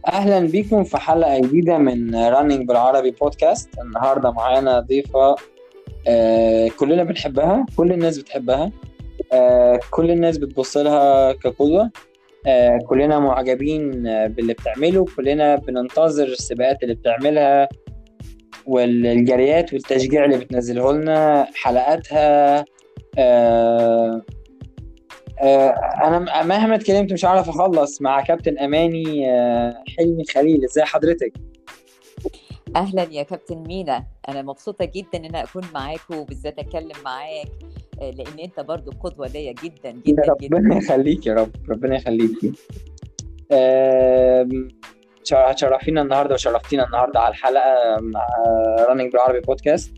أهلا بكم في حلقة جديدة من رانينج بالعربي بودكاست. النهاردة معانا ضيفة كلنا بنحبها، كل الناس بتحبها، كل الناس بتبص لها كقدوة. كلنا معجبين باللي بتعمله، كلنا بننتظر السباقات اللي بتعملها والجريات والتشجيع اللي بتنزله لنا حلقاتها. آه، آه، أنا مهما اتكلمت مش عارف أخلص مع كابتن أماني حلمي خليل. إزاي حضرتك؟ اهلا يا كابتن مينا، انا مبسوطه جدا ان انا اكون معاك وبالذات اتكلم معاك لان انت برضو قدوه ليا جدا جدا جدا. ربنا يخليك يا رب، ربنا يخليك. آم، هتشرفينا النهارده وشرفتينا النهارده على الحلقه مع رانينج بالعربي بودكاست.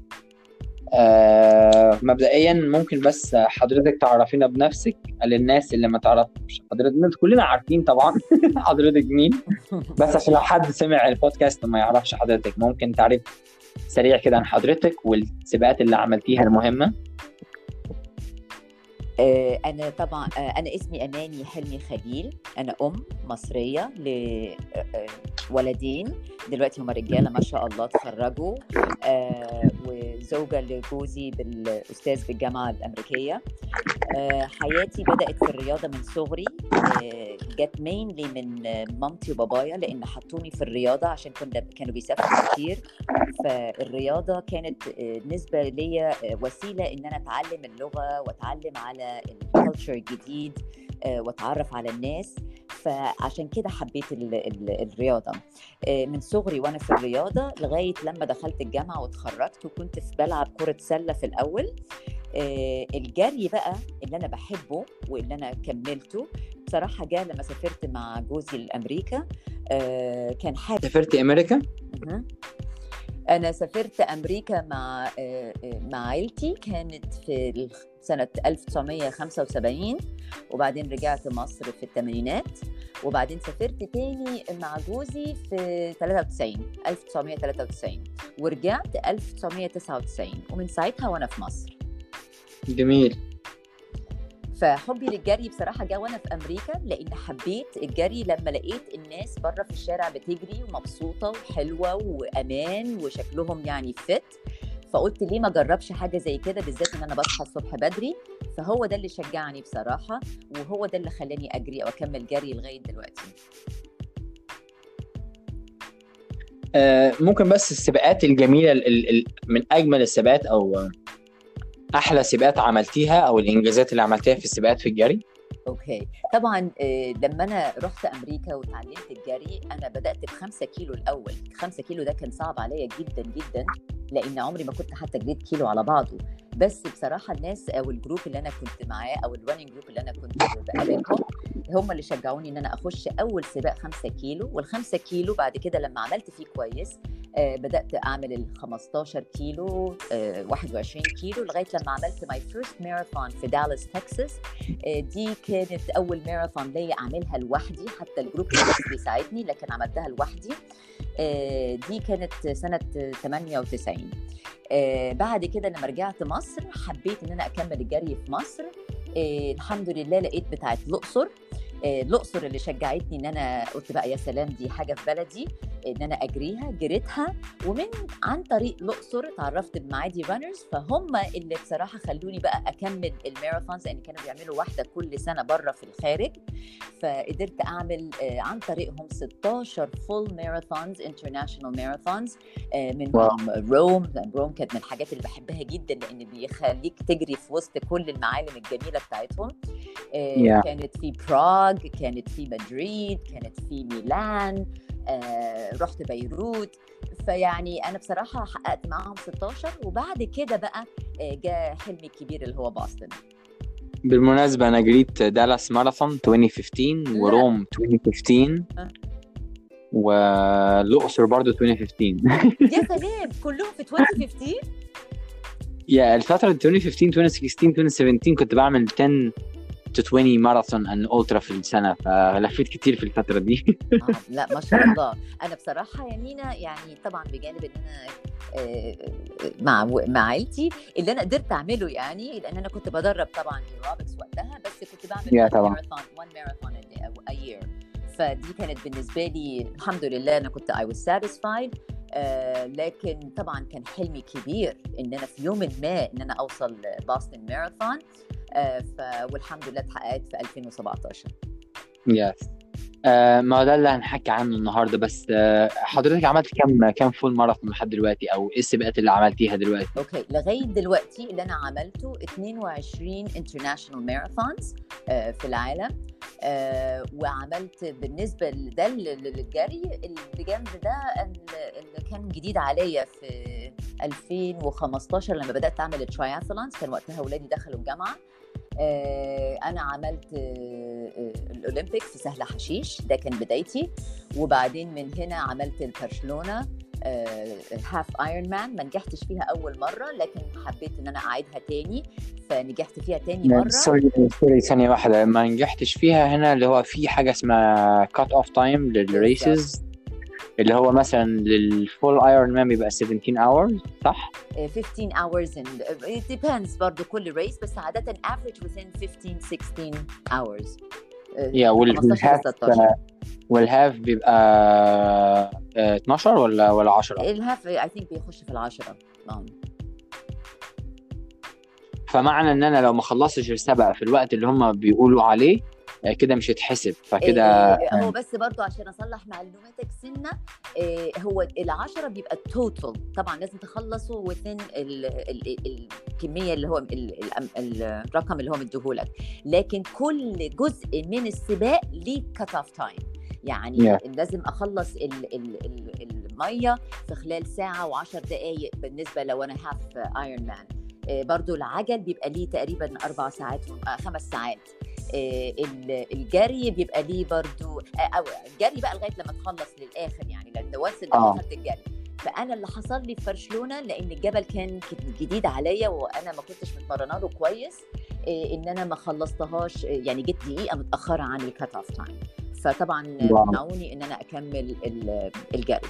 مبدئيا ممكن بس حضرتك تعرفينا بنفسك للناس اللي ما تعرفش حضرتك. كلنا عارفين طبعا حضرتك مين، بس عشان لو حد سمع البودكاست وما يعرفش حضرتك، ممكن تعرف سريع كده عن حضرتك والسباقات اللي عملتيها المهمه. أنا طبعا أنا اسمي أماني حلمي خليل. أنا مصرية لولدين دلوقتي، هما رجالة ما شاء الله تخرجوا، وزوجة لجوزي بالأستاذ بالجامعة الأمريكية. حياتي بدأت في الرياضة من صغري، جت مينلي من مامتي وبابايا لأن حطوني في الرياضة عشان كانوا بيسافروا كتير. فالرياضة كانت بالنسبة لي وسيلة إن أنا أتعلم اللغة وأتعلم على الكالتشر الجديد وأتعرف على الناس. فعشان كده حبيت الرياضة من صغري وأنا في الرياضة لغاية لما دخلت الجامعة وتخرجت، وكنت بلعب كرة سلة في الأول. الجري بقى اللي أنا بحبه واللي أنا كملته بصراحة جاء لما سافرت مع جوزي لأمريكا. كان حاجة. سافرتي أمريكا؟ أنا سافرت أمريكا مع عيلتي، كانت في سنة 1975، وبعدين رجعت مصر في الثمانينات، وبعدين سافرت تاني مع جوزي في 1993 ورجعت 1999، ومن ساعتها وأنا في مصر. جميل. فحبي للجري بصراحة جاء وأنا في أمريكا، لأن حبيت الجري لما لقيت الناس برا في الشارع بتجري ومبسوطة وحلوة وأمان وشكلهم يعني فت. فقلت ليه ما جربش حاجة زي كده، بالذات إن أنا بصحى الصبح بدري. فهو ده اللي شجعني بصراحة، وهو ده اللي خلاني أجري أو أكمل جري لغاية دلوقتي. ممكن بس السباقات الجميلة من أجمل السباقات أو أحلى سباقات عملتيها أو الإنجازات اللي عملتيها في السباقات في الجري؟ اوكي، طبعا لما انا رحت امريكا وتعلمت الجري انا بدات ب5 كيلو الاول. 5 كيلو ده كان صعب عليا جدا جدا، لان عمري ما كنت حتى جريت كيلو على بعضه. بس بصراحه الناس او الجروب اللي انا كنت معاه او الرننج جروب اللي انا كنت بقابلهم هم اللي شجعوني ان انا اخش اول سباق 5 كيلو. وال5 كيلو بعد كده لما عملت فيه كويس بدأت أعمل 15 كيلو، 21 كيلو، لغاية لما عملت my first marathon في دالاس تكساس. دي كانت أول ماراثون ليا أعملها لوحدي، حتى الجروب بس بيساعدني، لكن عملتها لوحدي. دي كانت سنة 98. بعد كده لما رجعت مصر حبيت إن أنا أكمل الجري في مصر. الحمد لله لقيت بتاعت الأقصر اللي شجعتني ان انا قلت بقى يا سلام، دي حاجه في بلدي ان انا اجريها، جريتها. ومن عن طريق الأقصر تعرفت بمعادي رانرز، فهم اللي بصراحه خلوني بقى اكمل الماراثونز، لان كانوا بيعملوا واحده كل سنه بره في الخارج. فقدرت اعمل عن طريقهم 16 فول ماراثونز، انترناشونال ماراثونز، منهم روم كانت من الحاجات اللي بحبها جدا، لان بيخليك تجري في وسط كل المعالم الجميله بتاعتهم. كانت في براغ، كانت في مدريد، كانت في ميلان، رحت بيروت. فيعني أنا بصراحة حققت معاهم 16، وبعد كده بقى جاء حلمي الكبير اللي هو بوسطن. بالمناسبة أنا جريت دالاس ماراثون 2015 وروم 2015 والأقصر برضو 2015. يا سلام، كلهم في 2015؟ يا الفترة 2015 2016 2017 كنت بعمل 10 to 20 ماراثون ان أولترا في السنة، فلفيت كتير في الفترة دي. لا ما شاء الله. أنا بصراحة يا نينا يعني طبعا بجانب إن أنا مع عيلتي اللي أنا قدرت أعمله، يعني لأن أنا كنت بدرب طبعا ايروبكس وقتها، بس كنت بعمل one marathon a year. فدي كانت بالنسبة لي الحمد لله أنا كنت I was satisfied. لكن طبعا كان حلمي كبير إن أنا في يوم ما إن أنا أوصل بوسطن ماراثون. والحمد لله اتحققت في 2017. يس. ما ده اللي هنحكي عنه النهارده. بس حضرتك عملت كم فول ماراثون لحد دلوقتي، او ايه السباقات اللي عملتيها دلوقتي؟ اوكي، لغايه دلوقتي اللي انا عملته 22 انترناشونال ماراثونز في العالم. وعملت بالنسبه لده للجري اللي جنب ده اللي كان جديد عليا في 2015 لما بدات اعمل التراياثلونز. كان وقتها اولادي دخلوا الجامعه. أنا عملت الأولمبيك في سهل حشيش، ده كان بدايتي. وبعدين من هنا عملت البرشلونة هاف ايرون مان. ما نجحتش فيها أول مرة، لكن حبيت إن أنا أعيدها تاني، فنجحت فيها تاني مرة. سوري ثانية واحدة، ما نجحتش فيها هنا اللي هو في حاجة اسمها كات اوف تايم للريسز، اللي هو مثلا للفول ايرون مان بيبقى 17 hours صح؟ 15 hours and it depends برضو كل ريس، بس عادة average within 15-16 hours. والهاف بيبقى 12 ولا 10؟ الهاف I think بيخش في 10. فمعنى ان انا لو ما خلصتش السباق في الوقت اللي هم بيقولوا عليه كده مش هتحسب. فكده هو بس برضو عشان اصلح معلوماتك سنه، هو 10 بيبقى التوتال. طبعا لازم تخلصوا within الكميه اللي هو الرقم اللي هو مديهولك، لكن كل جزء من السباق ليه كات اوف تايم. يعني لازم اخلص الميه في خلال ساعه و10 دقائق بالنسبه لو انا هاف ايرون مان. برضو العجل بيبقى ليه تقريبا 4 ساعات 5 ساعات. الجري بيبقى ليه برضو او الجري بقى لغايه لما تخلص للاخر، يعني لان وانس انت دخلت الجري. فانا اللي حصل لي في برشلونه لان الجبل كان جديد عليا وانا ما كنتش متمرنه له كويس، ان انا ما خلصتهاش، يعني جيت دقيقه متاخره عن الكات اوف تايم. فطبعا منعوني ان انا اكمل الجري.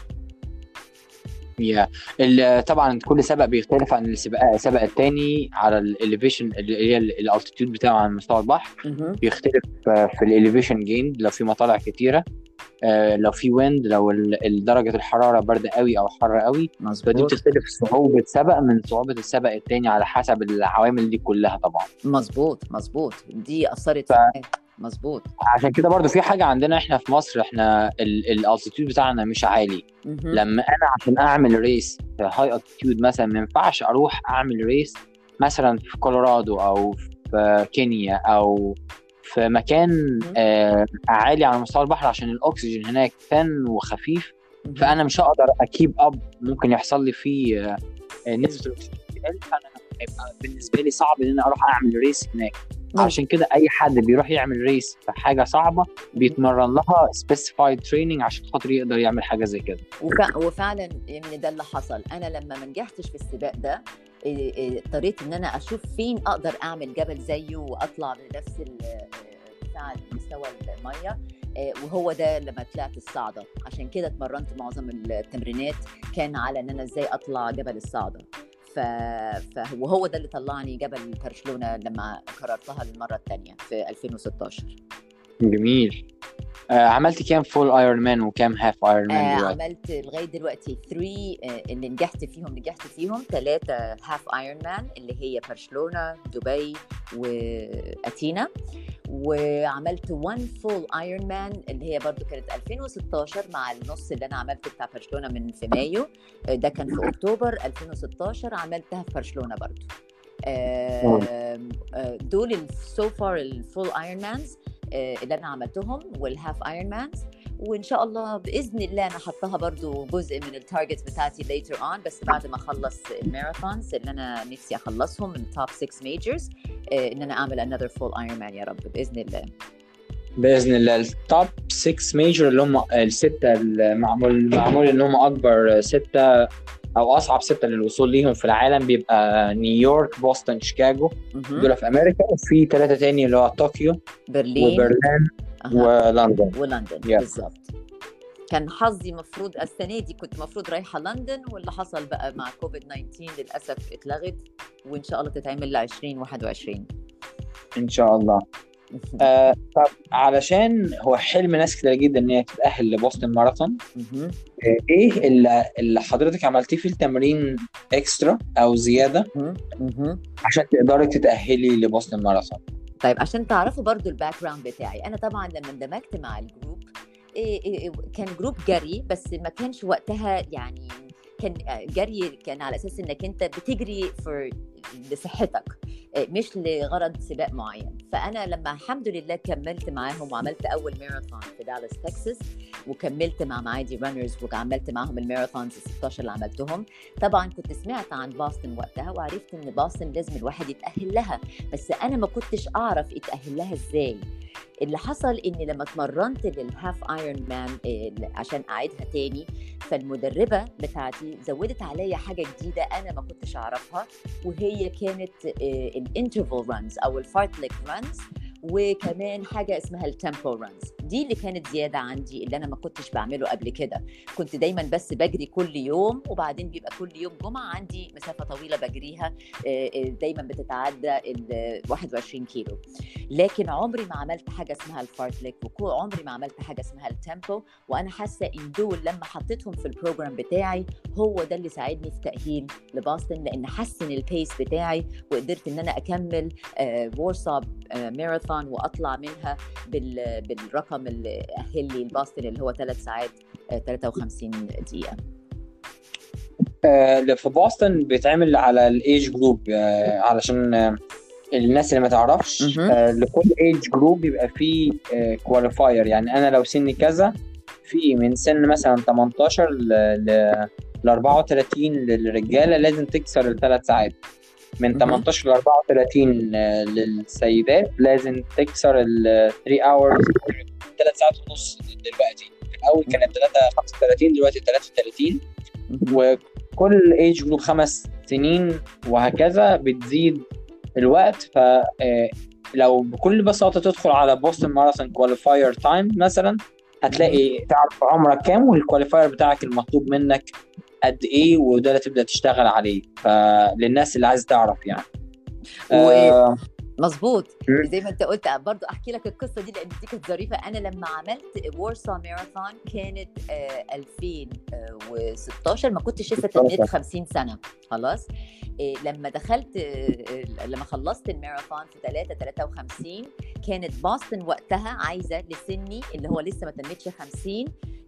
طبعا كل سبق بيختلف عن السبق التاني على الاليفيشن اللي هي الالتيتيود بتاعه عن مستوى البحر. بيختلف في الاليفيشن جين لو في مطالع كتيره، لو في ويند، لو درجه الحراره برد قوي او حر قوي. فدي بتختلف صعوبه سبق من صعوبه السبق التاني على حسب العوامل دي كلها طبعا. مظبوط دي اثرت مظبوط. عشان كده برضو في حاجه عندنا احنا في مصر، احنا الالتيتيود بتاعنا مش عالي. لما انا عشان اعمل ريس في هاي التيتيود مثلا ما ينفعش اروح اعمل ريس مثلا في كولورادو او في كينيا او في مكان عالي على مستوى البحر، عشان الاكسجين هناك ثن وخفيف. فانا مش هقدر اكيب اب، ممكن يحصل لي فيه نسبه الاكسجين تقل، فانا هيبقى بالنسبه لي صعب ان انا اروح اعمل ريس هناك. عشان كده اي حد بيروح يعمل ريس في حاجه صعبه بيتمرن لها specified training عشان خاطر يقدر يعمل حاجه زي كده. وفعلا يعني ده اللي حصل. انا لما ما نجحتش في السباق ده اضطريت ان انا اشوف فين اقدر اعمل جبل زيه واطلع بنفس بتاع مستوى الميه، وهو ده لما طلعت الصعده. عشان كده اتمرنت معظم التمرينات كان على ان انا ازاي اطلع جبل الصعده. وهو ده اللي طلعني جبل برشلونة لما قررتها للمرة الثانية في 2016. جميل. عملت كام فول ايرون مان وكام هاف ايرون مان دلوقتي؟ عملت لغاية دلوقتي 3 اللي نجحت فيهم 3 هاف ايرون مان اللي هي برشلونة، دبي، وأثينا. وعملت 1 فول ايرون مان اللي هي برضو كانت 2016 مع النص اللي انا عملته بتاع برشلونة في مايو. ده كان في اكتوبر 2016 عملتها في برشلونة برضو. دول سو فار الفول ايرون مانز اللي انا عملتهم والهاف ايرون مانز. وان شاء الله باذن الله انا حطها برضو جزء من التارجت بتاعتي later on، بس بعد ما اخلص الماراثونز اللي انا نفسي اخلصهم التوب 6 ميجرز، ان انا اعمل another full Ironman يا رب باذن الله. باذن الله. التوب 6 ميجر اللي هم السته المعمول ان هم اكبر 6 او اصعب 6 للوصول ليهم في العالم، بيبقى نيويورك، بوسطن، شيكاغو، دول في امريكا. وفي 3 تاني اللي هو طوكيو، وبرلين، ولندن. بالظبط. كان حظي مفروض السنه دي كنت مفروض رايحه لندن، واللي حصل بقى مع كوفيد 19 للاسف اتلغت، وان شاء الله تتعمل ل 2021 ان شاء الله. طب علشان هو حلم ناس كتير جدا ان هي تتأهل لبوسطن ماراثون، مهم. ايه اللي حضرتك عملتيه في التمرين اكسترا او زيادة مهم. مهم. عشان تقدري تتأهلي لبوسطن ماراثون؟ طيب عشان تعرفوا برضو الباك جراوند بتاعي، انا طبعا لما اندمجت مع الجروب كان جروب جري، بس ما كانش وقتها يعني كان جري كان على اساس انك انت بتجري لصحتك، مش لغرض سباق معين. فانا لما الحمد لله كملت معاهم وعملت اول ماراثون في دالاس تكساس، وكملت مع معادي رانرز وعملت معاهم الماراثونز 16 اللي عملتهم. طبعا كنت سمعت عن بوسطن وقتها وعرفت ان بوسطن لازم الواحد يتاهل لها، بس انا ما كنتش اعرف يتاهل لها ازاي. اللي حصل اني لما اتمرنت للهاف ايرون مان عشان اعيدها تاني، فالمدربه بتاعتي زودت عليا حاجه جديده انا ما كنتش اعرفها، وهي كانت الانترفال رانز او الفارتليك رانز، وكمان حاجه اسمها التيمبو رانز. دي اللي كانت زياده عندي، اللي انا ما كنتش بعمله قبل كده. كنت دايما بس بجري كل يوم، وبعدين بيبقى كل يوم جمعه عندي مسافه طويله بجريها دايما بتتعدى ال 21 كيلو. لكن عمري ما عملت حاجه اسمها الفارتليك، وعمري ما عملت حاجه اسمها التيمبو. وانا حاسه ان دول لما حطيتهم في البروجرام بتاعي هو ده اللي ساعدني في تاهيل لبوسطن، لان حسن البيس بتاعي وقدرت ان انا اكمل وورسو ماراثون واطلع منها بالرقم اللي اهل لي لبوسطن، اللي هو 3 ساعات 53 دقيقه. في بوسطن بيتعمل على الايج جروب، علشان الناس اللي ما تعرفش، لكل ايج جروب بيبقى فيه كواليفاير. يعني انا لو سني كذا، في من سن مثلا 18 ل 34 للرجاله لازم تكسر ال3 ساعات. من 18 ل 34 للسيدات لازم تكسر ال 3 hours 3 ساعات ونص. دلوقتي في الاول كانت 3:35، دلوقتي 33. وكل ايج جروب 5 سنين وهكذا بتزيد الوقت. فلو بكل بساطة تدخل على بوسطن ماراثون كواليفاير تايم مثلا، هتلاقي تعرف عمرك كام والكواليفاير بتاعك المطلوب منك قد ايه، وده اللي تبدأ تشتغل عليه. فللناس اللي عايز تعرف يعني مظبوط زي ما انت قلت. برضو احكي لك القصه دي لان دي كانت ظريفه. انا لما عملت وورسو ماراثون كانت 2016، ما كنتش لسه تميت 50 سنه خلاص. لما دخلت لما خلصت الماراثون في 3:53 كانت بوسطن وقتها عايزه لسني اللي هو لسه ما تمتش 50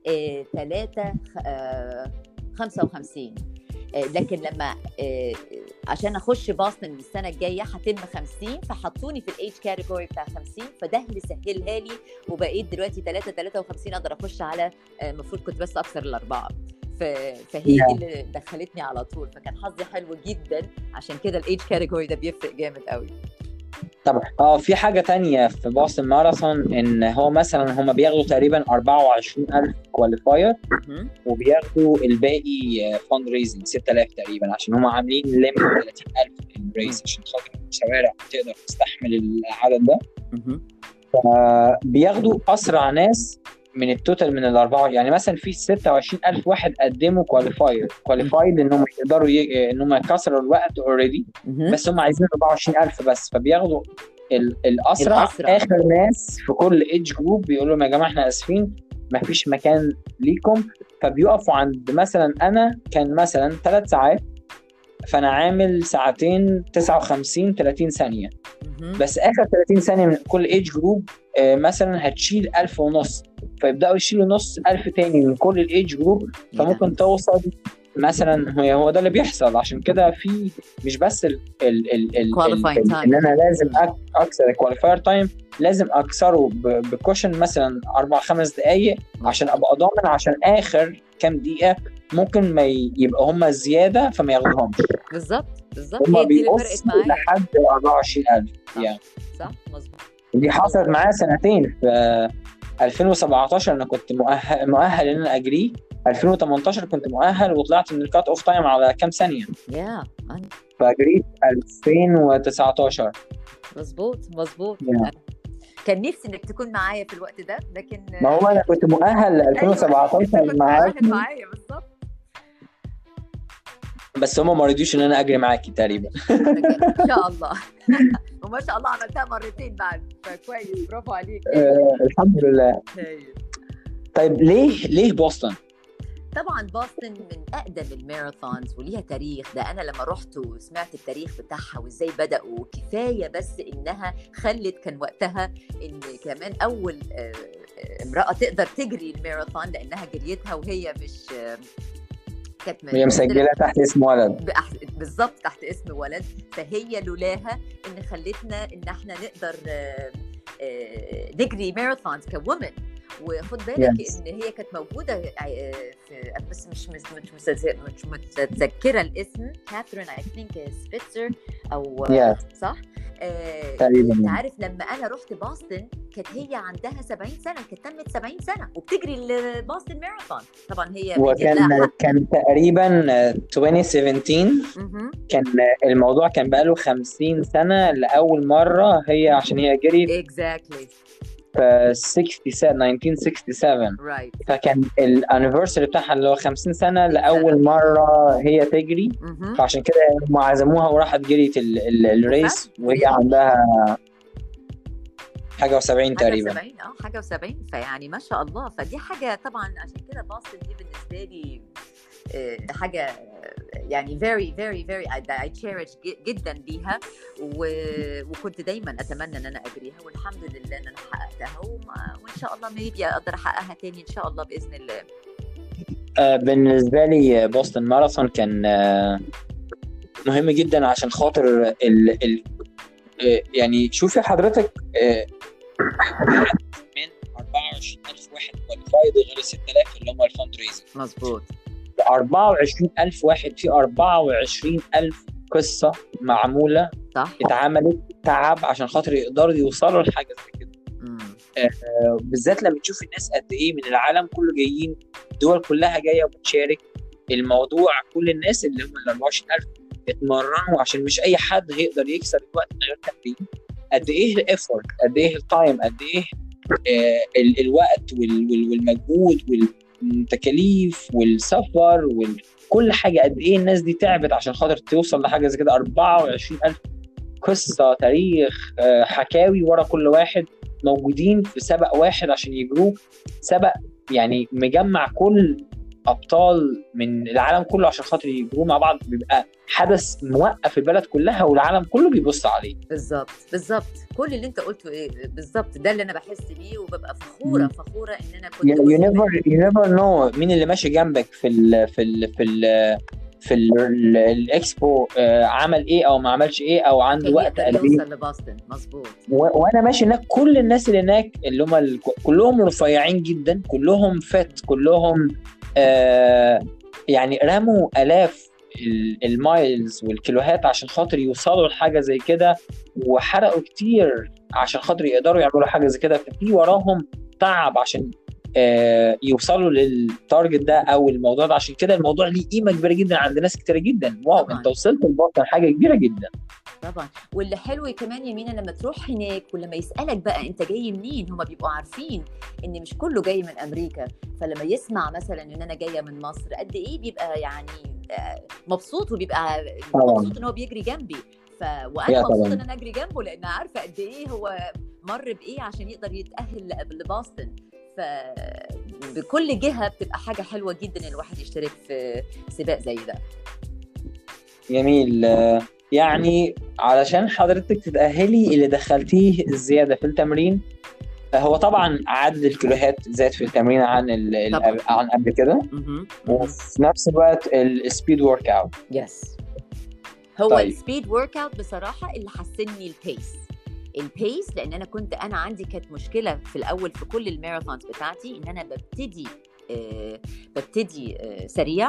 3:55. لكن لما عشان اخش بوسطن السنه الجايه هتم 50، فحطوني في الايج كاتيجوري بتاع 50، فده اللي سهلها لي وبقيت دلوقتي 3:53 اقدر اخش على المفروض كنت بس اكثر الاربعه. فهي دي اللي دخلتني على طول، فكان حظي حلو جدا. عشان كده الايج كاتيجوري ده بيفرق جامد قوي. طبعا في حاجة تانية في بوسطن ماراثون، ان هو مثلا هم بياخدوا تقريبا 24,000 كواليفاير، وبياخدوا الباقي فاند ريزنج 6,000 تقريبا، عشان هم عاملين ليميت 30,000 الريس عشان خاطر الشوارع تقدر تستحمل العدد ده. فبياخدوا اسرع ناس من التوتال من الاربعه. يعني مثلا في 26,000 واحد قدموا كواليفايد انهم يقدروا انهم يكسروا الوقت اوريدي، بس هم عايزين 24,000 بس. فبياخدوا الاسرع. اخر ناس في كل ايدج جروب بيقولوا لهم يا جماعه احنا اسفين ما فيش مكان ليكم، فبيقفوا عند مثلا انا كان مثلا 3 ساعات، فانا عامل 2:59 30 ثانيه بس. اخر 30 ثانيه من كل ايدج جروب مثلا هتشيل 1,500، فيبداوا يشيلوا نص 1,000 تاني من كل الايدج جروب، فممكن توصل مثلا. هو ده اللي بيحصل. عشان كده في مش بس ان انا لازم اكسر الكواليفاير تايم، لازم اكسره بكوشن مثلا 4-5 دقائق عشان ابقى ضامن، عشان اخر كام دقيقه ممكن ما يبقى هم زياده فما ياخدهمش. بالظبط هي دي اللي فرقت معايا لحد 24,000 يعني. صح مظبوط. دي حصلت معايا سنتين. في 2017 انا كنت مؤهل ان انا اجري، 2018 كنت مؤهل وطلعت من الكات اوف تايم على كام ثانيه. فجريت 2019. مظبوط كان نفسي انك تكون معايا في الوقت ده، لكن ما هو انا كنت مؤهل ل 2017 معايا بالظبط. بس هم ما رضيوش ان انا اجري معاكي تقريبا. ان شاء الله. وما شاء الله عملتها مرتين بعد، فكويس، برافو عليك. الحمد لله. طيب ليه بوسطن؟ طبعا بوسطن من اقدم الماراثونز وليها تاريخ. ده انا لما رحت وسمعت التاريخ بتاعها وازاي بداوا، كفايه بس انها خلت كان وقتها ان كمان اول امراه تقدر تجري الماراثون، لانها جريتها وهي مش هي مسجله تحت اسم ولد. بالظبط، تحت اسم ولد. فهي لولاها ان خلتنا ان احنا نقدر نجري ماراثونز كومن. وخد بالك ان هي كانت موجوده في، بس مش متذكره الاسم، كاثرين اي ثينك سبيتزر او صح. انت عارف لما انا رحت بوسطن كانت هي عندها 70 سنه، كانت تمت 70 سنه وبتجري البوسطن ماراثون. طبعا هي كان تقريبا 2017 كان الموضوع كان بقاله 50 سنه لاول مره هي، عشان هي جريت exactly في 1967 right. فكان الانيفرساري بتاعها اللي هو 50 سنه لاول مره هي تجري. فعشان كده هم عزموها وراحت جريت الريس وهي عندها حاجه و70 تقريبا، حاجه و70. فيعني ما شاء الله. فدي حاجه طبعا، عشان كده بوسطن دي بالنسبه لي حاجه يعني very very very I cherish جدا بيها، وكنت دايما اتمنى ان انا اجريها، والحمد لله ان انا حققتها، وان شاء الله maybe اقدر احققها تاني ان شاء الله باذن الله. بالنسبه لي بوسطن ماراثون كان مهم جدا عشان خاطر يعني شوفي حضرتك من 24,000 واحد كواليفايد غير 6,000 اللي هم الفاند ريزنج. مظبوط. 24,000 واحد، في 24,000 قصة معمولة صح. اتعملت تعب عشان خاطر يقدروا يوصلوا لحاجة زي كده. بالذات لما تشوف الناس قد ايه من العالم كله جايين، الدول كلها جاية وبتشارك الموضوع. كل الناس اللي هم ال 24,000 اتمرنوا عشان مش اي حد هيقدر يكسر الوقت من غير تمرين. قد ايه الافورت، قد ايه التايم، قد ايه الوقت والمجهود والتكاليف والسفر وكل حاجة. قد ايه الناس دي تعبت عشان خاطر توصل لحاجة زي كده. 24,000 قصة، تاريخ، حكاوي ورا كل واحد، موجودين في سبق واحد عشان يجروه. سبق يعني مجمع كل أبطال من العالم كله عشان خاطر يجروه مع بعض. بيبقى حدث موقف البلد كلها والعالم كله بيبص عليه. بالظبط كل اللي انت قلته ايه بالظبط، ده اللي انا بحس بيه، وببقى فخورة ان انا كنت you never know مين اللي ماشي جنبك في الاكسبو عمل ايه او ما عملش ايه او عنده وقت قد ايه يوصل لبوسطن. مظبوط. وانا ماشي هناك كل الناس اللي هناك اللي هم كلهم رفيعين جدا، كلهم فت، كلهم يعني رموا آلاف المايلز والكيلوهات عشان خاطر يوصلوا لحاجة زي كده، وحرقوا كتير عشان خاطر يقدروا يعملوا حاجة زي كده. ففي وراهم تعب عشان يوصلوا للتارجت ده او الموضوع ده. عشان كده الموضوع ليه قيمة كبيرة جدا عند ناس كتيرة جدا. واو طبعاً. انت وصلت لبوسطن، حاجة كبيرة جدا طبعا. واللي حلو كمان يمينة لما تروح هناك ولما يسألك بقى انت جاي منين، هما بيبقوا عارفين ان مش كله جاي من امريكا. فلما يسمع مثلا ان انا جايه من مصر قد ايه بيبقى يعني مبسوط، وبيبقى مبسوط ان هو بيجري جنبي. وانا مبسوط ان انا اجري جنبه، لان عارفه قد ايه هو مر بايه عشان يقدر يتأهل لبوسطن. فبكل جهه بتبقى حاجه حلوه جدا الواحد يشترك في سباق زي ده. جميل. يعني علشان حضرتك تتأهلي اللي دخلتيه الزيادة في التمرين، هو طبعا عدد الكيلوهات زاد في التمرين عن عن قبل كده، وفي نفس الوقت السبيد ورك اوت. يس. هو السبيد ورك اوت بصراحة اللي حسنني البيس، لان انا عندي كانت مشكلة في الاول في كل الماراثونز بتاعتي، ان انا ببتدي سريع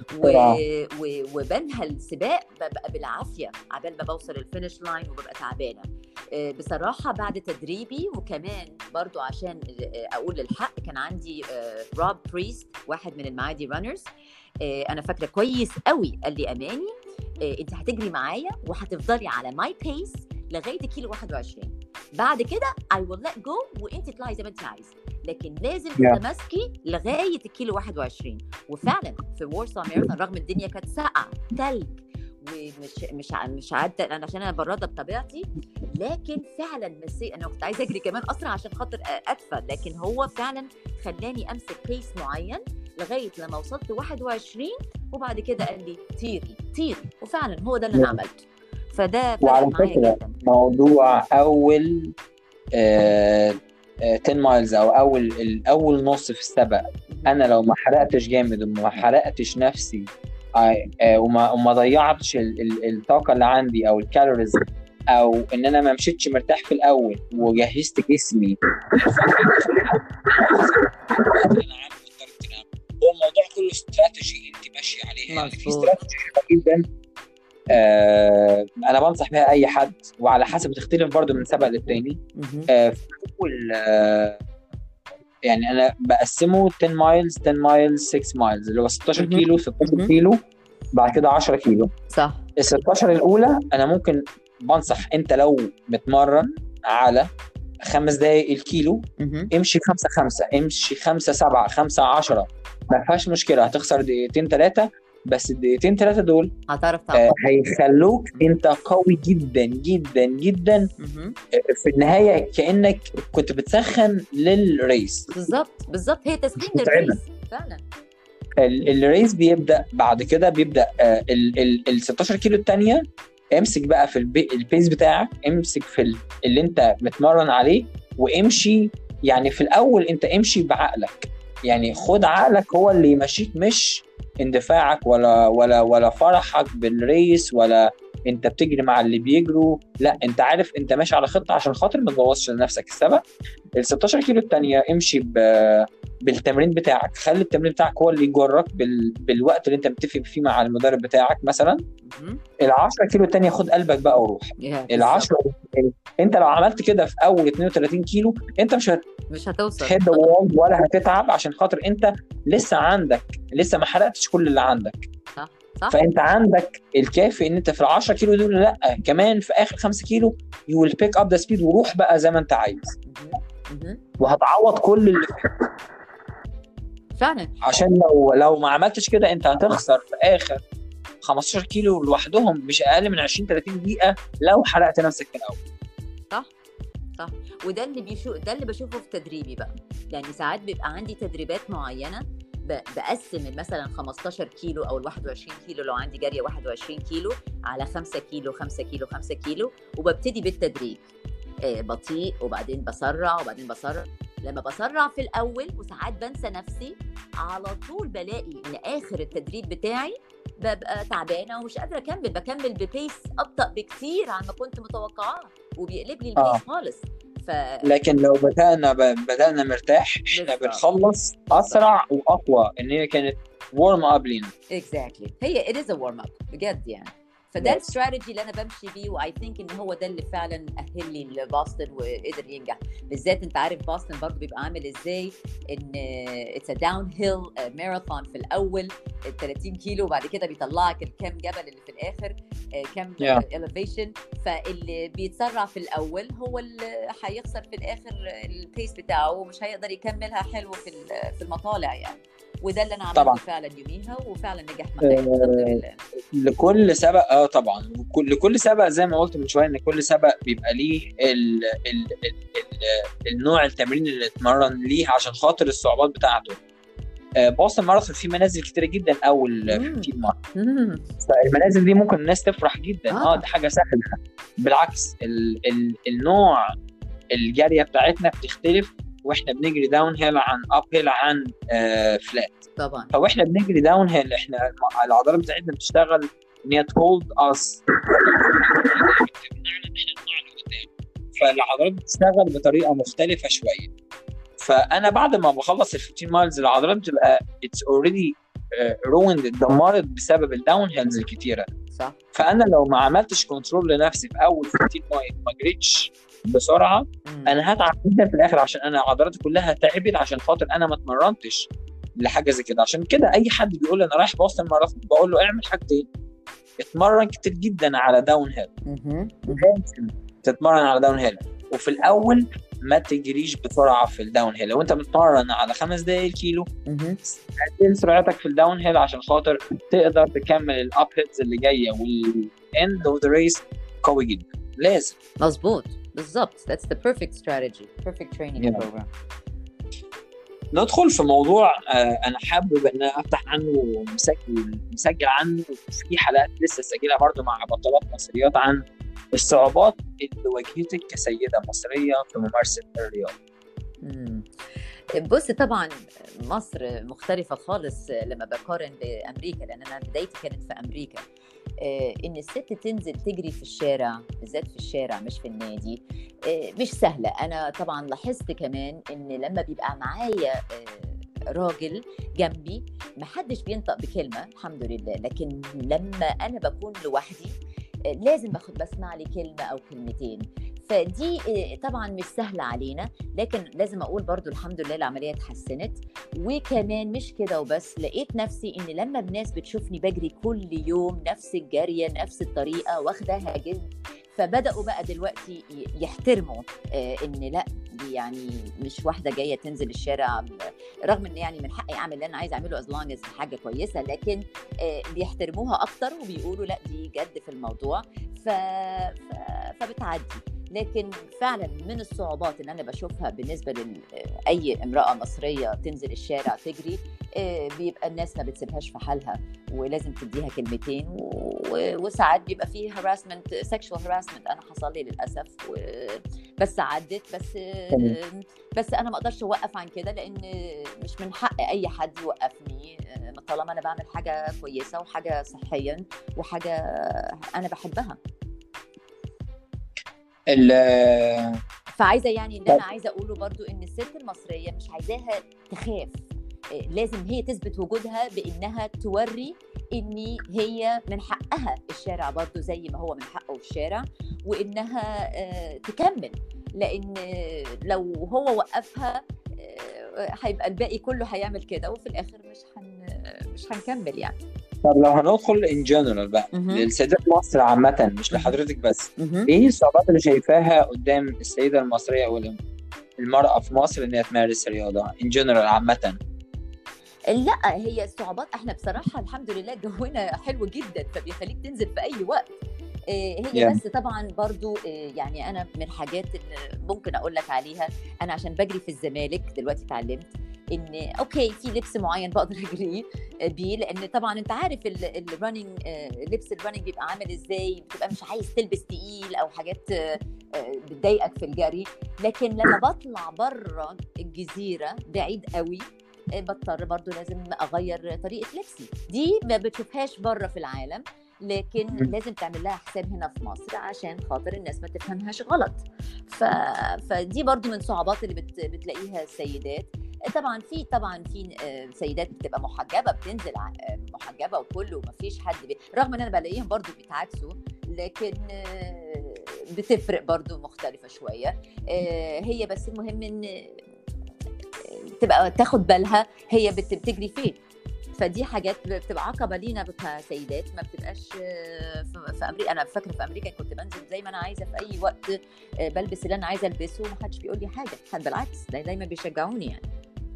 وبنهى السباق ببقى بالعافية عبال ما بوصل الفينش لاين وببقى تعبانة بصراحة بعد تدريبي. وكمان برضو عشان أقول الحق، كان عندي روب بريست، واحد من المعادي رانرز، أنا فاكرة كويس قوي، قال لي أماني أنت هتجري معايا وهتفضلي على ماي بيس لغاية كيلو 21، بعد كده I will let go وأنت تطلعي زي ما أنت عايزة. لكن لازم Yeah. تتماسكي لغايه الكيلو 21. وفعلا في وورسو ماراثون رغم الدنيا كانت ساقعه تلج مش عادة انا عشان انا برادة بطبيعتي، لكن فعلا انا كنت عايزه اجري كمان اسرع عشان خاطر ادفى، لكن هو فعلا خلاني امسك بيس معين لغايه لما وصلت 21، وبعد كده قال لي طيري، وفعلا هو ده اللي انا عملته. فده فرق وعلى معايا فكرة جدا. موضوع أول 10 مايلز أو الأول نص في السبق، أنا لو ما حرقتش جامد وما حرقتش نفسي وما ضيعتش الطاقة اللي عندي أو الكالوريز، أو إن أنا ما مشيتش مرتاح في الأول وجهزت جسمي هو الموضوع كله استراتيجي انت ماشيه عليها. يعني في استراتيجي جدا انا بنصح بها اي حد، وعلى حسب بتختلف برضو من سبق للتاني. يعني انا بقسمه 10 مايلز 6 مايلز اللي هو 16 كيلو 16 كيلو بعد كده 10 كيلو. صح. ال 16 الاولى انا ممكن بنصح انت لو متمرن على 5 دقايق الكيلو امشي 5 امشي 5 7 5 10، ما فيهاش مشكله. هتخسر دقيقتين 3 بس الدقيقتين 3 دول هتعرف هيخلوك انت قوي جدا جدا جدا. في النهايه كانك كنت بتسخن للريس. بالظبط هي تسخين للريس فعلا. الريس بيبدا بعد كده، بيبدا ال 16 كيلو الثانيه امسك بقى في البيس بتاعك، امسك في اللي انت متمرن عليه وامشي. يعني في الاول انت امشي بعقلك، يعني خد عقلك هو اللي يمشيك، مش اندفاعك ولا فرحك بالريس ولا انت بتجري مع اللي بيجروا. لا، انت عارف انت ماشي على خطة عشان خاطر ما تبوظش لنفسك السبق. ال 16 كيلو الثانيه امشي بالتمرين بتاعك، خلي التمرين بتاعك هو اللي يجرك بالوقت اللي انت متفق فيه مع المدرب بتاعك مثلا. ال 10 كيلو الثانيه خد قلبك بقى وروح. ال 10 انت لو عملت كده في اول 32 كيلو انت مش هتوصل ولا هتتعب، عشان خاطر انت لسه ما حرقتش كل اللي عندك. صح. فانت عندك الكافي ان انت في ال 10 كيلو دول، لا كمان في اخر 5 كيلو you will pick up the speed وروح بقى زي ما انت عايز، وهتعوض كل اللي فعلا. عشان لو ما عملتش كده انت هتخسر في اخر 15 كيلو لوحدهم مش اقل من 20-30 دقيقه لو حرقت نفسك في الاول. صح. وده اللي بشوفه في تدريبي بقى. يعني ساعات بيبقى عندي تدريبات معينه بقسم مثلا 15 كيلو او ال 21 كيلو لو عندي جاريه 21 كيلو على 5 كيلو 5 كيلو 5 كيلو، وببتدي بالتدريج بطيء وبعدين بسرع وبعدين بسرع. لما بسرع في الاول وساعات بنسى نفسي، على طول بلاقي ان اخر التدريب بتاعي ببقى تعبانه ومش قادره اكمل، بكمل ببيس ابطا بكتير عن ما كنت متوقعاه وبيقلب لي البيس خالص. لكن لو بدأنا مرتاح احنا بنخلص اسرع واقوى، ان هي كانت وورم اب لينا. اكزاكتلي هي it is a warm up بجد يعني. فده الاستراتيجي اللي انا بمشي بيه، واي ثينك ان هو ده اللي فعلا اهل لي لبوسطن وقدر ينجح. بالذات انت عارف بوسطن برضه بيبقى عامل ازاي، ان اتس ا داون هيل ماراثون في الاول 30 كيلو، وبعد كده بيطلعك الكام جبل اللي في الاخر كام elevation. فاللي بيتسرع في الاول هو اللي هيخسر في الاخر البيس بتاعه ومش هيقدر يكملها حلو في المطالع يعني. وده اللي انا عملته فعلا يوميها، وفعلا نجح معايا الحمد لله. لكل سبق طبعا لكل سبق زي ما قلت من شويه ان كل سبق بيبقى ليه النوع التمرين اللي اتمرن ليه عشان خاطر الصعوبات بتاعته. بوسطن ماراثون فيه منازل كتيره جدا اول 15 مره، فالمنازل دي ممكن الناس تفرح جدا. دي حاجه سهله. بالعكس النوع الجاريه بتاعتنا بتختلف، واحنا بنجري داون هيل عن اب هيل عن فلات طبعا. فاحنا بنجري داون هيل احنا العضلات بتاعتنا بتشتغل ان هي تهولد اس، فالعضلات بتشتغل بطريقه مختلفه شويه. فانا بعد ما بخلص ال 15 مايلز العضلات بتبقى اتس اوريدي رويند، اتدمرت بسبب الداون هيلز الكتيره. صح. فانا لو ما عملتش كنترول لنفسي في اول 15 مايل ما جريتش بسرعه انا هتعب جدا في الاخر، عشان انا عضلاتي كلها تعبت عشان خاطر انا ما اتمرنتش لحاجه زي كده. عشان كده اي حد بيقول انا رايح بوسطن ماراثون بقول له اعمل حاجتين: اتمرن كتير جدا على داون هيل، تتمرن على داون هيل، وفي الاول ما تجريش بسرعه في الداون هيل. لو انت بتمرن على 5 دقايق الكيلو، قلل سرعتك في الداون هيل عشان خاطر تقدر تكمل الاب هيلز اللي جايه، والاند اوف ذا ريس قوي جدا. لازم مظبوط بالظبط. That's the perfect strategy, perfect training program. ندخل في موضوع انا حابب ان افتح عنه، مسجل عنه في حلقات لسه سجلها برضو مع بطلات مصريات، عن الصعوبات اللي واجهتك كسيدة مصرية في ممارسة الرياضة. بص، طبعا مصر مختلفة خالص لما بقارن بأمريكا، لأن أنا بدايتي كانت في أمريكا. إن الست تنزل تجري في الشارع، بالذات في الشارع مش في النادي، مش سهلة. أنا طبعا لاحظت كمان إن لما بيبقى معايا راجل جنبي محدش بينطق بكلمة الحمد لله، لكن لما أنا بكون لوحدي لازم بسمع لي كلمة أو كلمتين. فدي طبعا مش سهلة علينا، لكن لازم أقول برضو الحمد لله العملية اتحسنت. وكمان مش كده وبس، لقيت نفسي إن لما الناس بتشوفني بجري كل يوم نفس الجرية نفس الطريقة واخداها جد، فبدأوا بقى دلوقتي يحترموا إن لا، دي يعني مش واحدة جاية تنزل الشارع، رغم إن يعني من حقي أعمل اللي أنا عايز أعمله as long as حاجة كويسة، لكن بيحترموها أكتر وبيقولوا لا دي جد في الموضوع، فبتعدي. لكن فعلا من الصعوبات اللي أنا بشوفها بالنسبة لأي امرأة مصرية تنزل الشارع تجري، بيبقى الناس ما بتسيبهاش في حالها ولازم تديها كلمتين، وساعات بيبقى فيه harassment, sexual harassment. أنا حصل لي للأسف، بس عدت. بس أنا ما أقدرش أوقف عن كده، لأن مش من حق أي حد يوقفني طالما أنا بعمل حاجة كويسة وحاجة صحيا وحاجة أنا بحبها. فعايزة يعني إن أنا عايزة أقوله برضو إن الست المصرية مش عايزاها تخاف، لازم هي تثبت وجودها بإنها توري إن هي من حقها الشارع برضو زي ما هو من حقه الشارع، وإنها تكمل، لأن لو هو وقفها هيبقى الباقي كله هيعمل كده، وفي الآخر مش هنكمل يعني. طب لو هندخل in general بقى للسيدات مصر عامة، مش لحضرتك بس، ايه الصعوبات اللي شايفاها قدام السيدة المصرية او المرأة في مصر ان هي تمارس رياضة in general عامة؟ لا، هي الصعوبات احنا بصراحة الحمد لله جونا حلو جدا، فبيخليك تنزل في اي وقت. هي بس طبعا برضو يعني انا من الحاجات اللي ممكن اقول لك عليها، انا عشان بجري في الزمالك دلوقتي اتعلمت ان اوكي في لبس معين بقدر اجري بيه، لان طبعا انت عارف الرننج، لبس الرننج بيبقى عامل ازاي، بتبقى مش عايز تلبس تقيل او حاجات بتضايقك في الجري. لكن لما بطلع بره الجزيرة بعيد قوي بضطر برضو لازم اغير طريقة لبسي. دي ما بتشوفهاش بره في العالم، لكن لازم تعمل لها حساب هنا في مصر عشان خاطر الناس ما تفهمهاش غلط. فدي برضو من صعوبات اللي بتلاقيها السيدات. طبعا في سيدات بتبقى محجبة بتنزل محجبة وكله ومفيش حد رغم ان انا بلاقيهم برضو بيتعاكسوا، لكن بتفرق برضو مختلفة شوية. هي بس المهم ان تبقى تاخد بالها هي بتجري فين. فدي حاجات بتبقى عقبة لينا كسيدات، ما بتبقاش في أمريكا. أنا فاكرة في أمريكا كنت بنزل زي ما أنا عايزة في أي وقت، بلبس اللي أنا عايزة ألبسه ومحدش بيقول لي حاجة، بالعكس دايما بيشجعوني يعني.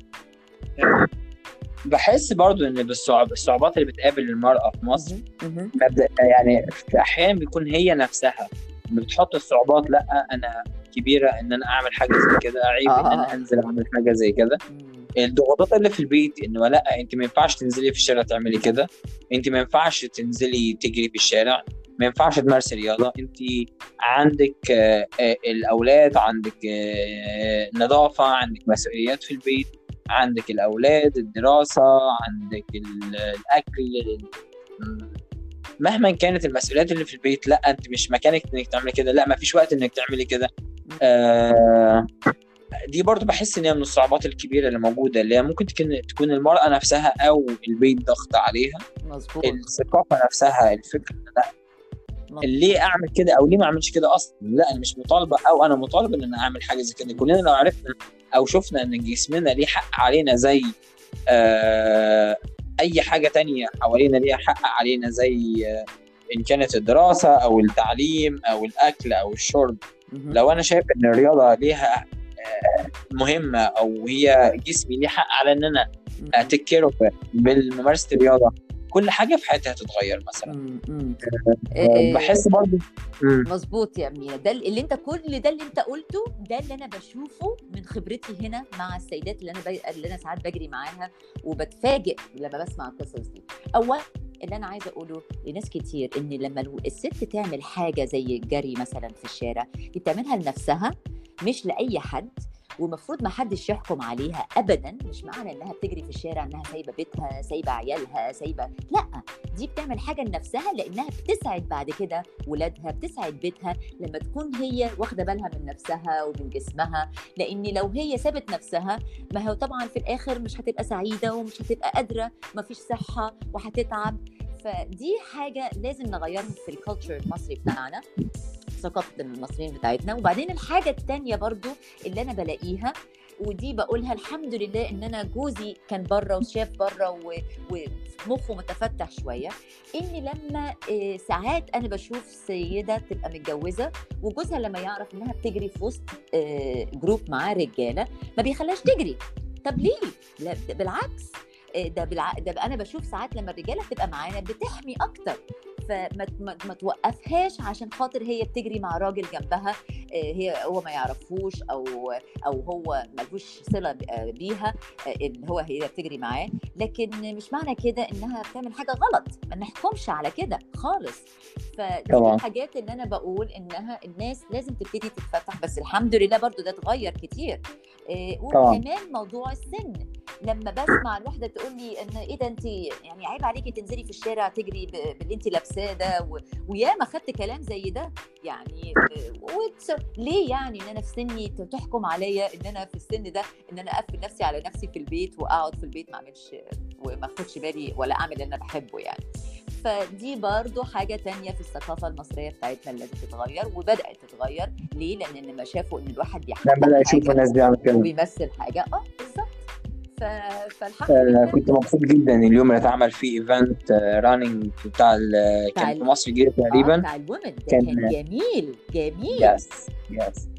بحس برضو ان بالصعوبات اللي بتقابل المرأة في مصر يعني في احيان بيكون هي نفسها بتحط الصعوبات، لا انا كبيرة ان انا اعمل حاجة زي كده، عيب ان انا انزل اعمل حاجة زي كده. الضغوطات اللي في البيت انه لا انت ما ينفعش تنزلي في الشارع تعملي كده، انت ما ينفعش تنزلي تجري في الشارع، ما ينفعش تمارسي رياضة، انت عندك الاولاد، عندك نظافة، عندك مسؤوليات في البيت، عندك الأولاد، الدراسة، عندك الأكل، مهما كانت المسؤوليات اللي في البيت، لا أنت مش مكانك إنك تعملي كده، لا ما فيش وقت إنك تعملي كده. دي برضو بحس إن هي من الصعوبات الكبيرة اللي موجودة، اللي ممكن تكون المرأة نفسها أو البيت ضغط عليها. مظبوط. الثقافة نفسها، الفكرة لا ليه أعمل كده أو ليه ما أعملش كده أصلا، لا أنا مش مطالبة أو أنا مطالب إن أنا أعمل حاجة زي كده. كلنا لو عرفنا أو شفنا إن جسمنا ليه حق علينا زي أي حاجة تانية حوالينا ليها حق علينا، زي إن كانت الدراسة أو التعليم أو الأكل أو الشرب. لو أنا شايف إن الرياضة ليها مهمه او هي جسمي ليه حق على ان انا اتكره بالممارسه الرياضه، كل حاجه في حياتي هتتغير مثلا. بحس برضو مظبوط يا أمينة. ده اللي انت كل ده اللي انت قلته، ده اللي انا بشوفه من خبرتي هنا مع السيدات اللي انا ساعات بجري معاها، وبتفاجئ لما بسمع القصص دي. اول اللي انا عايزه اقوله لناس كتير، ان لما الست تعمل حاجه زي الجري مثلا في الشارع، دي بتعملها لنفسها مش لاي حد، ومفروض ما حدش يحكم عليها ابدا. مش معنى انها بتجري في الشارع انها سايبه بيتها، سايبه عيالها، سايبه، لا، دي بتعمل حاجه لنفسها لانها بتسعد بعد كده ولادها، بتسعد بيتها لما تكون هي واخده بالها من نفسها ومن جسمها. لان لو هي سابت نفسها، ما هو طبعا في الاخر مش هتبقى سعيده ومش هتبقى قادره، مفيش صحه وهتتعب. فدي حاجه لازم نغيرها في الكالتشر المصري بتاعنا، ثقافة المصريين بتاعتنا. وبعدين الحاجة التانية برضو اللي أنا بلاقيها، ودي بقولها الحمد لله إن أنا جوزي كان برا وشاف برا ومخه متفتح شوية، إن لما ساعات أنا بشوف سيدة تبقى متجوزة وجوزها لما يعرف إنها بتجري في وسط جروب معاه رجالة ما بيخلاش تجري. طب ليه؟ لا بالعكس، ده أنا بشوف ساعات لما الرجالة بتبقى معانا بتحمي أكتر، فما توقفهاش عشان خاطر هي بتجري مع راجل جنبها هو ما يعرفوش او هو ملوش صله بيها، اللي هو هي بتجري معاه. لكن مش معنى كده انها بتعمل حاجه غلط، ما نحكمش على كده خالص. فدي الحاجات اللي انا بقول انها الناس لازم تبتدي تتفتح، بس الحمد لله برضو ده اتغير كتير. وكمان موضوع السن، لما بسمع الواحده تقول لي ان ايه ده انت يعني عيب عليكي تنزلي في الشارع تجري باللي انت لابساه ده، ويا ما خدت كلام زي ده يعني. ليه يعني ان انا في سني تحكم عليا ان انا في السن ده ان انا اقفل نفسي على نفسي في البيت واقعد في البيت ما اعملش وما اخدش بالي ولا اعمل اللي انا بحبه يعني. فدي برضو حاجة تانية في الثقافة المصرية بتاعتنا اللي لازم تتغير، وبدأت تتغير. ليه؟ لأن لما شافوا إن الواحد بدأ يشوف الناس بيعمل كده وبيمثل حاجة بالظبط. فالحمد لله كنت مبسوط جدا اليوم اللي اتعمل فيه ايفنت رانينج كان في مصر الجديدة تقريبا، بتاع الومن كان جميل. يس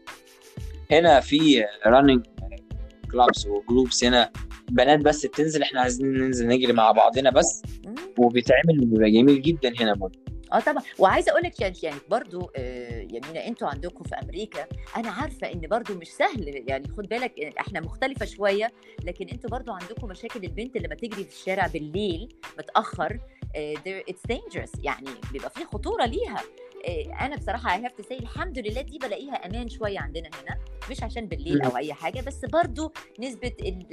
هنا في رانينج كلابس وجروبس هنا بنات بس بتنزل، احنا عايزين ننزل نجري مع بعضنا بس، وبيتعمل بيبقى جميل جدا هنا برضه. طبعا. وعايزه اقول لك يعني برضو يمينة انتوا عندكم في امريكا، انا عارفه ان برضو مش سهل يعني، خد بالك احنا مختلفه شويه، لكن انتوا برضو عندكم مشاكل البنت لما تجري في الشارع بالليل متاخر، it's dangerous يعني بيبقى فيه خطوره ليها. انا بصراحه I have to say الحمد لله دي بلاقيها امان شويه عندنا هنا، مش عشان بالليل او اي حاجه، بس برضو نسبه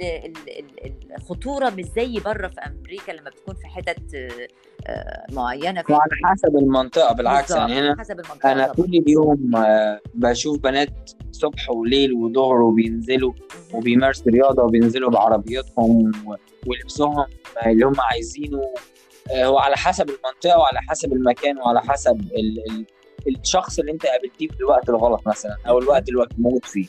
الخطوره مش زي بره في امريكا لما بتكون في حتت معينه وعلى حسب المنطقه. بالعكس يعني هنا انا طول اليوم بشوف بنات صبح وليل وظهر وبينزلوا وبيمارسوا رياضه وبينزلوا بعربياتهم ولبسهم اللي هم عايزينه. هو على حسب المنطقه وعلى حسب المكان وعلى حسب الشخص اللي انت قابلتيه في الوقت الغلط مثلا او الوقت اللي موجود فيه.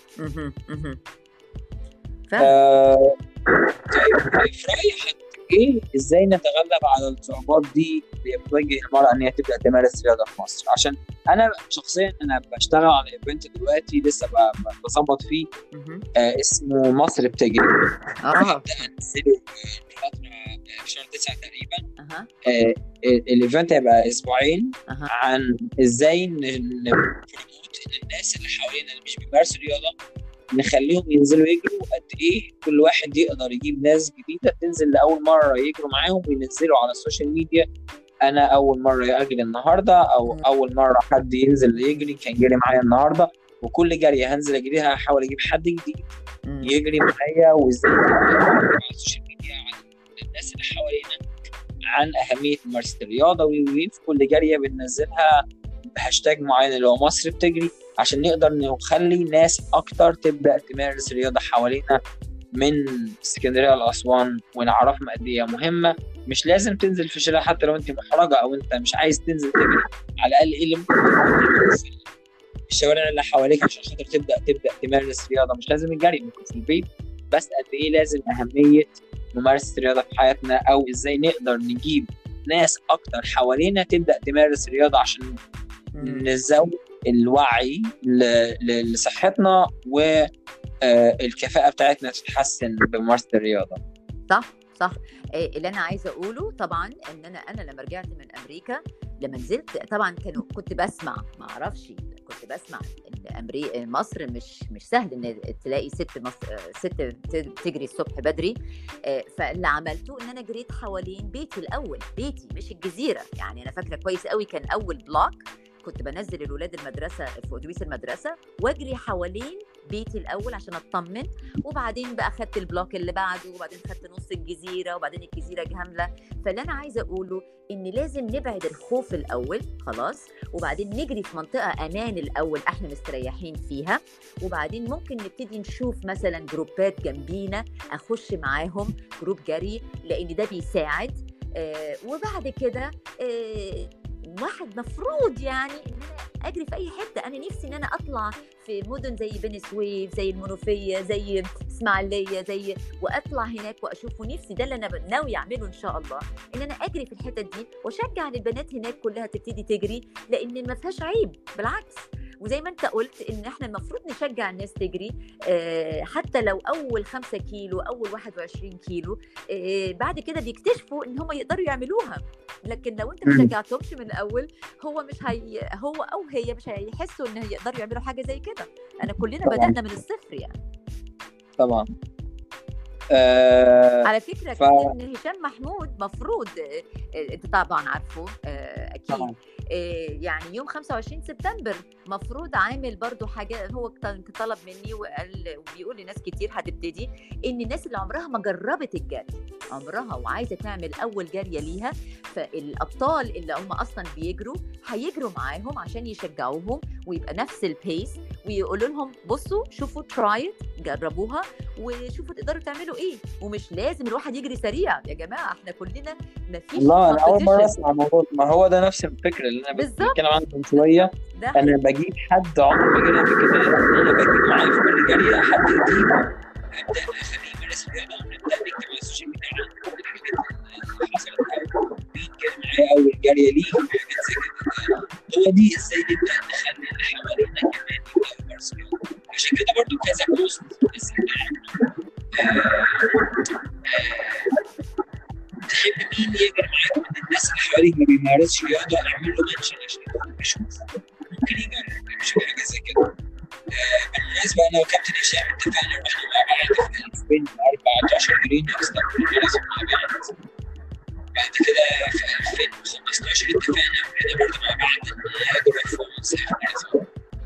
في رأيك ايه ازاي نتغلب على الصعوبات دي اللي بتواجه المرأة ان هي تبدأ تمارس رياضة في مصر؟ عشان انا شخصيا انا بشتغل على ايفنت دلوقتي لسه بظبط فيه اسمه مصر بتجري. هنزله فترة في شهر 9 تقريبا. الايفنت هيبقى اسبوعين عن ازاي نبروموت الناس اللي حوالينا اللي مش بيمارسوا رياضة، نخليهم ينزلوا يجروا قد ايه كل واحد يقدر يجيب ناس جديده تنزل لاول مره يجروا معاهم وينزلوا على السوشيال ميديا. انا اول مره اجري النهارده او اول مره حد ينزل يجري كان جري معايا النهارده، وكل جريه هنزل اجريها هحاول اجيب حد جديد يجري معايا، وازاي على السوشيال ميديا على الناس اللي حوالينا عن اهميه ممارسه الرياضه. وفي كل جريه بننزلها بهاشتاج معين اللي هو مصر بتجري، عشان نقدر نخلي ناس اكتر تبدا تمارس رياضه حوالينا من اسكندريه لاسوان، ونعرفهم قد ايه مهمه. مش لازم تنزل في الشارع حتى لو انت محرجه او انت مش عايز تنزل تجري، على الاقل ايه اللي ممكن في الشوارع اللي حواليك عشان خاطر تبدا تمارس رياضه. مش لازم الجري، ممكن في البيت، بس قد ايه لازم اهميه ممارسه الرياضه في حياتنا، او ازاي نقدر نجيب ناس اكتر حوالينا تبدا تمارس رياضه عشان نزود الوعي لصحتنا الكفاءة بتاعتنا تتحسن بممارسة الرياضة. صح. اللي انا عايزه اقوله طبعا ان انا لما رجعت من امريكا، لما نزلت طبعا كنت بسمع، ما اعرفش، كنت بسمع ان مصر مش سهل ان تلاقي ست تجري الصبح بدري. فاللي عملته ان انا جريت حوالين بيتي الاول، بيتي مش الجزيره. يعني انا فاكره كويس قوي كان اول بلوك كنت بنزل الولاد المدرسه في اتوبيس المدرسه واجري حوالين بيتي الاول عشان اطمن، وبعدين بقى خدت البلوك اللي بعده، وبعدين خدت نص الجزيره، وبعدين الجزيره كامله. فاللي انا عايزه اقوله ان لازم نبعد الخوف الاول خلاص، وبعدين نجري في منطقه امان الاول احنا مستريحين فيها، وبعدين ممكن نبتدي نشوف مثلا جروبات جنبينا اخش معاهم جروب جري، لان ده بيساعد. وبعد كده واحد مفروض يعني ان انا اجري في اي حته. انا نفسي ان انا اطلع في مدن زي بني سويف، زي المنوفيه، زي اسماعيليه، واطلع هناك واشوف. نفسي ده اللي انا ناوي اعمله ان شاء الله، ان انا اجري في الحتت دي واشجع البنات هناك كلها تبتدي تجري، لان ما فيهاش عيب، بالعكس. وزي ما انت قلت ان احنا المفروض نشجع الناس تجري، حتى لو اول 5 كيلو، اول 21 كيلو، بعد كده بيكتشفوا ان هم يقدروا يعملوها. لكن لو انت ما شجعتهمش من الاول، هو او هي مش هيحسوا ان يقدروا يعملوا حاجه زي كده. كلنا بدأنا من الصفر يعني. طبعا. على فكره كان هشام محمود مفروض، انت طبعا عارفه اكيد، يعني يوم 25 سبتمبر مفروض عامل برضو حاجه. هو طلب مني وبيقول لناس كتير هتبتدي، ان الناس اللي عمرها ما جربت الجري، عمرها وعايزه تعمل اول جريه ليها، فالابطال اللي هم اصلا بيجروا هيجروا معاهم عشان يشجعوهم ويبقى نفس البيس، ويقولوا لهم بصوا شوفوا ترايت، جربوها وشوفوا تقدروا تعملوا ايه. ومش لازم الواحد يجري سريع يا جماعه، احنا كلنا مفيش والله انا اول مره اسمع الموضوع. ما هو ده نفس الفكره اللي انا بتكلم عنها من شويه. انا بجيب حد عمره ما جرى قبل كده، انا بجيب معايا في كل جريه حد جديد، ابدا اخليه يمارس رياضه، ونبدا نكتب على السوشيال ميديا عن الحاجات اللي حصلت مين كان معايا اول جريه ليه، حاجات زي كده. هو دي ازاي نبدا نخلي اللي حوالينا كمان يبداوا يمارسوا رياضه. عشان كده برضو كذا بوست بس تحب مين يجري معاك من الناس اللي حواليك ما بيمارسش رياضه، اعمل له منشن عشان يشوف ممكن يجرب مش حاجه زي كده. بالنسبه انا وكابتن هشام اتفقنا رحنا مع بعض في 2014 جرينا اسطنبول ماراثون مع بعض. بعد كده في 2015 اتفقنا كده برضه مع بعض نجرب في مسافه ماراثون.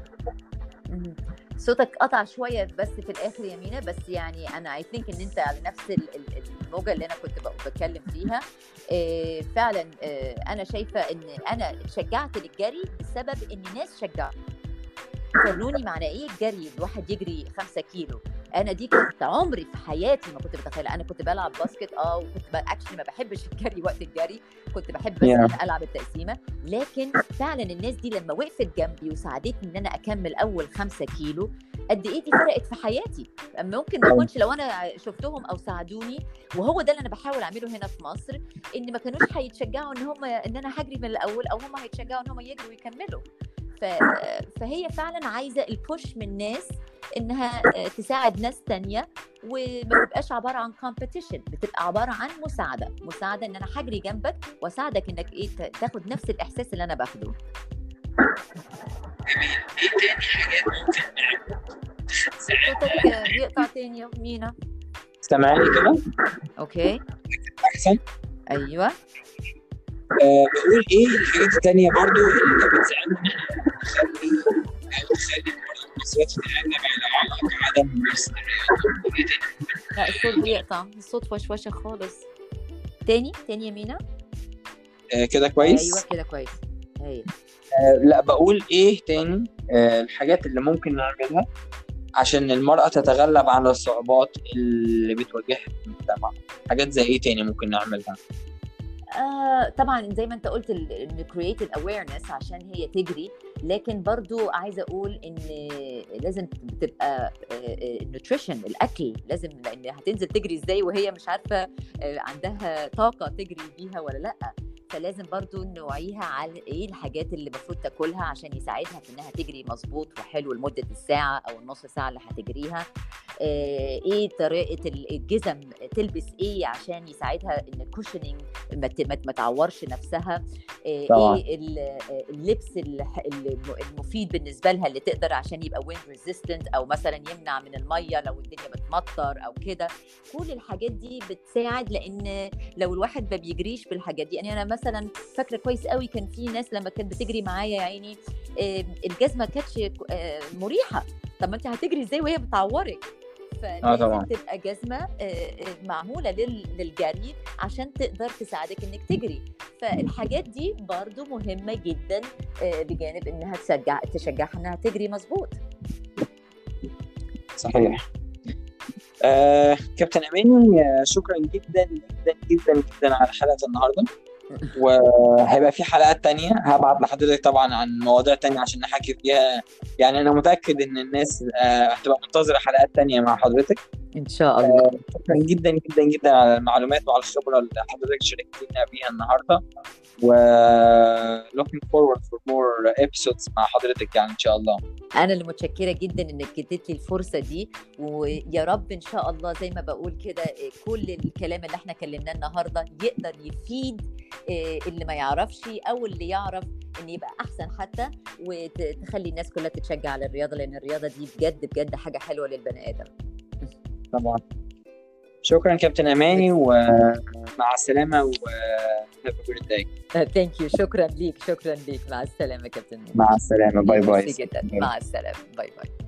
صوتك قطع شويه بس في الاخر يا مينا، بس يعني انا I think ان انت على نفس الموجه اللي انا كنت بتكلم فيها. فعلا انا شايفه ان انا شجعت للجري بسبب ان ناس شجعوا قانوني. معنى ايه الجري الواحد يجري 5 كيلو؟ انا دي كنت عمري في حياتي ما كنت بتخيل. انا كنت بلعب باسكت وكنت اكشلي ما بحبش الجري وقت الجري، كنت بحب بس العب التقسيمه. لكن فعلا الناس دي لما وقفت جنبي وساعدتني ان انا اكمل اول 5 كيلو، قد ايه دي فرقت في حياتي. ممكن ما كنتش لو انا شفتهم او ساعدوني، وهو ده اللي انا بحاول اعمله هنا في مصر، ان ما كانوش هيتشجعوا ان انا هجري من الاول، او هم هيتشجعوا ان هم يجروا ويكملوا. فهي فعلا عايزه البوش من ناس انها تساعد ناس تانية، وما بتبقاش عباره عن كومبيتيشن، بتبقى عباره عن مساعده ان انا هجري جنبك واساعدك انك تاخد نفس الاحساس اللي انا باخده. ايه تاني حاجات ممكن صوتك بيقطع تاني يا مينا. سامعني كده؟ اوكي احسن. ايوه. بقول ايه الحاجات التانية برضو اللي بتساعدنا تخلي برضو المصريات تتغلب على عدم ممارسة الرياضة. لا الصوت بيقطع، الصوت فشوشة خالص. تاني يا مينا. كده كويس؟ ايوه كده كويس. لا بقول ايه تاني الحاجات اللي ممكن نعملها عشان المرأة تتغلب على الصعوبات اللي بتواجهها في المجتمع. حاجات زي ايه تاني ممكن نعملها؟ طبعا زي ما انت قلت ان create awareness عشان هي تجري، لكن برضو عايزه اقول ان لازم تبقى nutrition، الاكل لازم، لان هتنزل تجري ازاي وهي مش عارفه عندها طاقه تجري بيها ولا لا. فلازم برضو نوعيها على ايه الحاجات اللي المفروض تاكلها عشان يساعدها في انها تجري مظبوط وحلو لمده الساعه او النص ساعه اللي هتجريها. ايه طريقه الجزم تلبس ايه عشان يساعدها ان الكوشنينج ما تعورش نفسها، طبعا. ايه اللبس المفيد بالنسبه لها اللي تقدر عشان يبقى ويند ريزيستنت او مثلا يمنع من الميه لو الدنيا بتمطر او كده. كل الحاجات دي بتساعد، لان لو الواحد ما بيجريش بالحاجات دي، يعني انا مثلا فاكره كويس قوي كان في ناس لما كانت بتجري معايا يعني الجزمه كانتش مريحه. طب ما انت هتجري ازاي وهي بتعورك؟ فلازم طبعا. تبقى جزمه معموله للجري عشان تقدر تساعدك انك تجري. فالحاجات دي برضو مهمه جدا، بجانب انها تشجعها انها تجري مظبوط. صحيح. كابتن أماني، شكرا جدا جدا جدا جدا على حلقة النهاردة، وهيبقى في حلقات تانية هبعت لحضرتك طبعا عن مواضيع تانية عشان نحكي فيها. يعني أنا متأكد إن الناس هتبقى منتظرة حلقات تانية مع حضرتك ان شاء الله. شكرا جدا جدا جدا على المعلومات وعلى الخبرة اللي حضرتك شاركتنا بيها النهاردة، و looking forward for more episodes مع حضرتك يعني إن شاء الله. انا اللي متشكره جدا انك اديت لي الفرصه دي، ويا رب ان شاء الله زي ما بقول كده كل الكلام اللي احنا كلمناه النهارده يقدر يفيد اللي ما يعرفش او اللي يعرف ان يبقى احسن حتى، وتخلي الناس كلها تتشجع على الرياضه، لان الرياضه دي بجد بجد حاجه حلوه للبني ادم. طبعا. شكرا كابتن أماني، ومع السلامة، و have a good day. ثانك يو. شكرا ليك. مع السلامه كابتن. مع السلامة. باي باي. مع السلامه. باي باي.